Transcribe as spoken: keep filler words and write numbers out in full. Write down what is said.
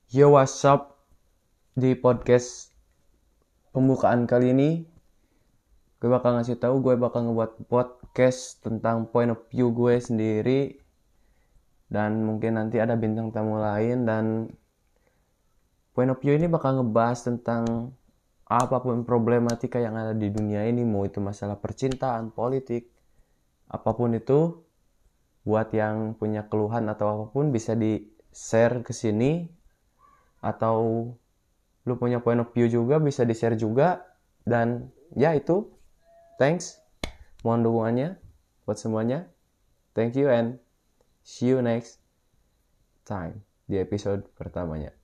Yo, what's up? Di podcast pembukaan kali ini, gue bakal ngasih tahu gue bakal ngebuat podcast tentang point of view gue sendiri, dan mungkin nanti ada bintang tamu lain. Dan point of view ini bakal ngebahas tentang apapun problematika yang ada di dunia ini, mau itu masalah percintaan, politik, apapun itu. Buat yang punya keluhan atau apapun bisa di share ke sini, atau lu punya point of view juga bisa di share juga. Dan ya itu, thanks, mohon dukungannya buat semuanya. Thank you and see you next time di episode pertamanya.